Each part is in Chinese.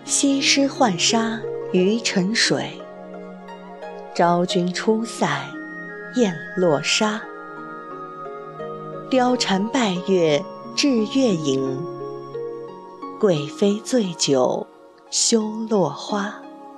西施浣纱鱼沉水，昭君出塞燕落沙。貂蝉拜月至月影，贵妃醉酒休落花。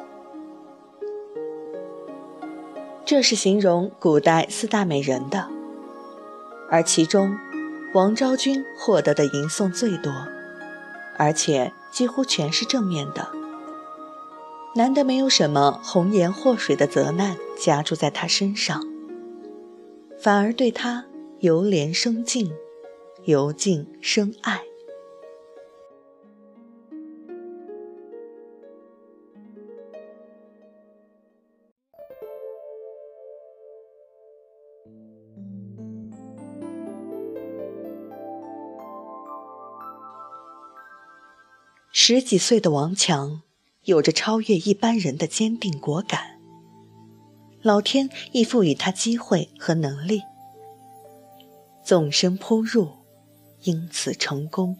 这是形容古代4大美人的，而其中王昭君获得的吟诵最多，而且几乎全是正面的，难得没有什么红颜祸水的责难加诸在她身上，反而对她由怜生敬，由敬生爱。10几岁的王强有着超越一般人的坚定果敢，老天亦赋予他机会和能力，纵身扑入，因此成功。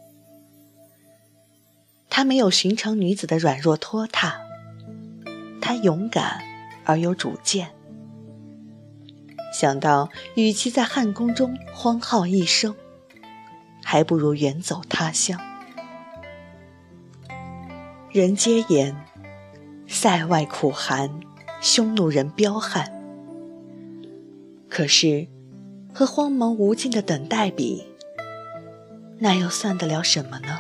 她没有寻常女子的软弱拖沓，她勇敢而有主见。想到与其在汉宫中荒耗一生，还不如远走他乡。人皆言塞外苦寒，匈奴人彪悍，可是和荒茫无尽的等待比，那又算得了什么呢？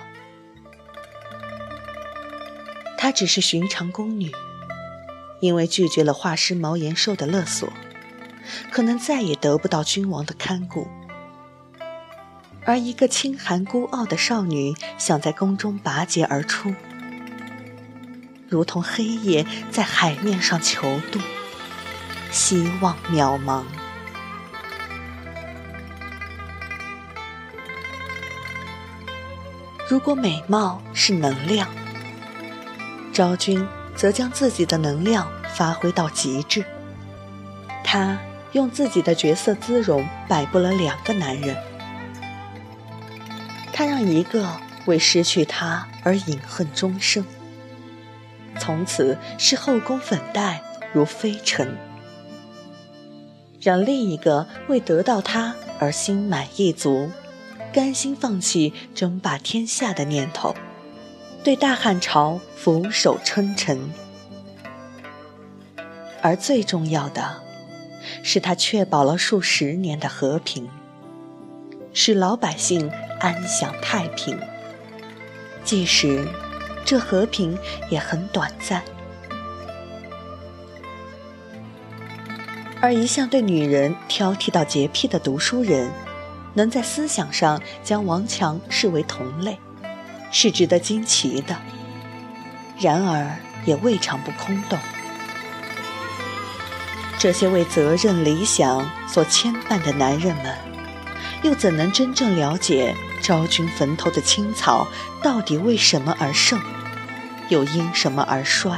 她只是寻常宫女，因为拒绝了画师毛延寿的勒索，可能再也得不到君王的看顾。而一个清寒孤傲的少女想在宫中拔节而出，如同黑夜在海面上泅渡，希望渺茫。如果美貌是能量，昭君则将自己的能量发挥到极致。她用自己的绝色姿容摆布了2个男人，她让一个为失去她而饮恨终生，从此是后宫粉黛如飞尘，让另一个为得到他而心满意足，甘心放弃争霸天下的念头，对大汉朝俯首称臣。而最重要的是，他确保了数10年的和平，使老百姓安享太平，即使这和平也很短暂。而一向对女人挑剔到洁癖的读书人，能在思想上将王强视为同类，是值得惊奇的，然而也未尝不空洞。这些为责任理想所牵绊的男人们，又怎能真正了解昭君坟头的青草到底为什么而盛，又因什么而衰？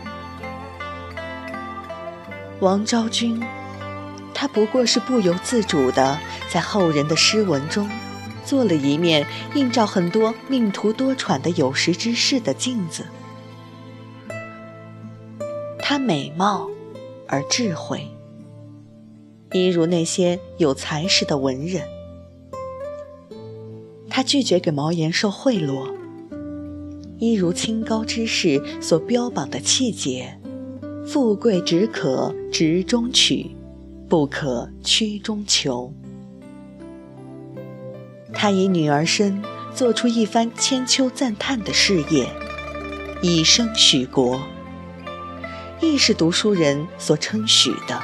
王昭君，她不过是不由自主地在后人的诗文中做了一面映照很多命途多舛的有识之士的镜子。她美貌而智慧，一如那些有才识的文人。她拒绝给毛延寿贿赂，一如清高之士所标榜的气节，富贵只可直中取，不可曲中求。他以女儿身做出一番千秋赞叹的事业，以身许国，亦是读书人所称许的。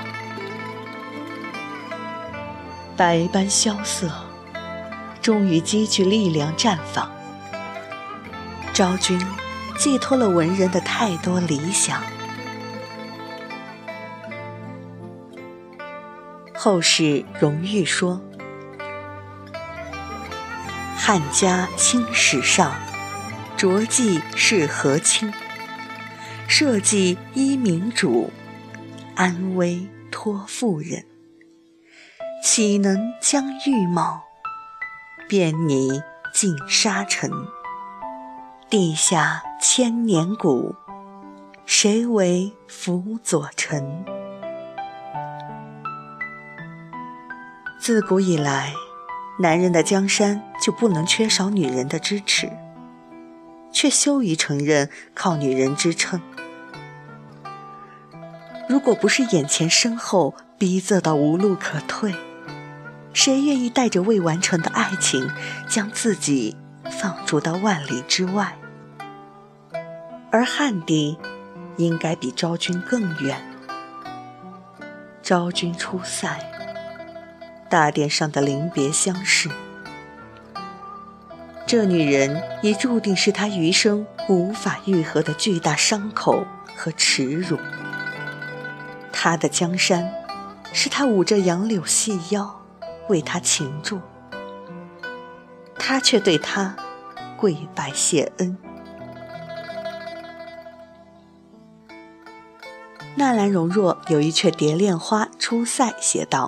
百般萧瑟，终于积聚力量绽放。昭君寄托了文人的太多理想。后世荣誉说，汉家清史上，着记是和亲，社稷依民主，安危托妇人。岂能将玉貌，便拟尽沙尘。 地下千年古，谁为辅佐臣？自古以来，男人的江山就不能缺少女人的支持，却羞于承认靠女人支撑。如果不是眼前身后逼仄到无路可退，谁愿意带着未完成的爱情，将自己放逐到万里之外？而汉地应该比昭君更远。昭君出塞，大殿上的临别相视，这女人也注定是他余生无法愈合的巨大伤口和耻辱。他的江山是他捂着杨柳细腰为他倾注，他却对他跪拜谢恩。纳兰容若有一阙《蝶恋花·出塞》写道：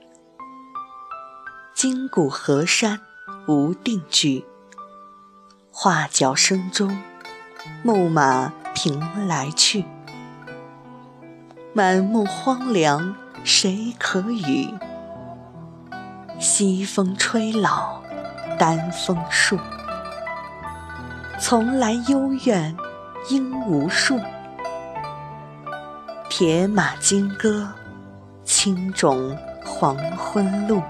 今古河山无定居，画角声中牧马凭来去。满目荒凉谁可语？西风吹老丹枫树，从来幽怨应无数。铁马金戈，轻冢黄昏路。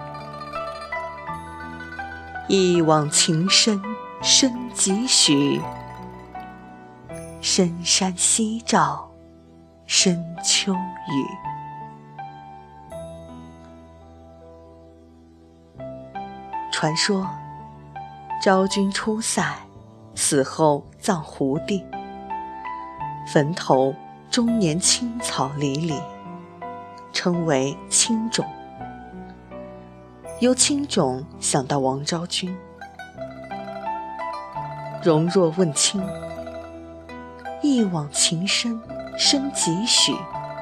一往情深深几许？深山夕照深秋雨。传说昭君出塞，死后葬胡地，坟头终年青草离离，称为青冢。由青冢想到王昭君，容若问卿：一往情深深几许？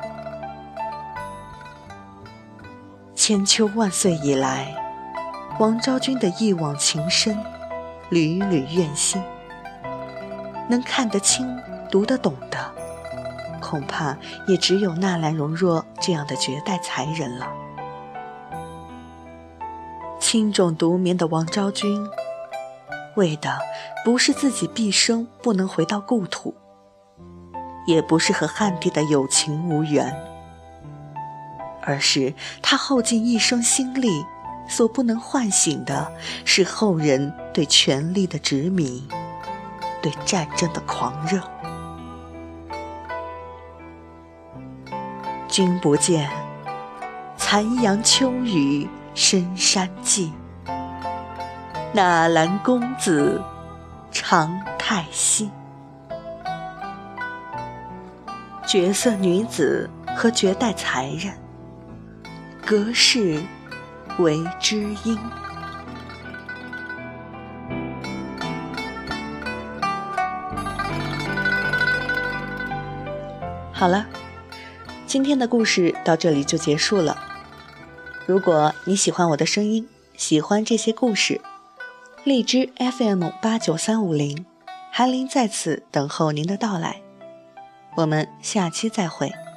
千秋万岁以来，王昭君的一往情深，缕缕怨心，能看得清读得懂的，恐怕也只有纳兰容若这样的绝代才人了。青冢独眠的王昭君，为的不是自己毕生不能回到故土，也不是和汉帝的有情无缘，而是他耗尽一生心力所不能唤醒的，是后人对权力的执迷，对战争的狂热。君不见，残阳秋雨深山寂，纳兰公子长太息。绝色女子和绝代才人，隔世为知音。好了，今天的故事到这里就结束了。如果你喜欢我的声音，喜欢这些故事，荔枝 FM89350，韩林在此等候您的到来。我们下期再会。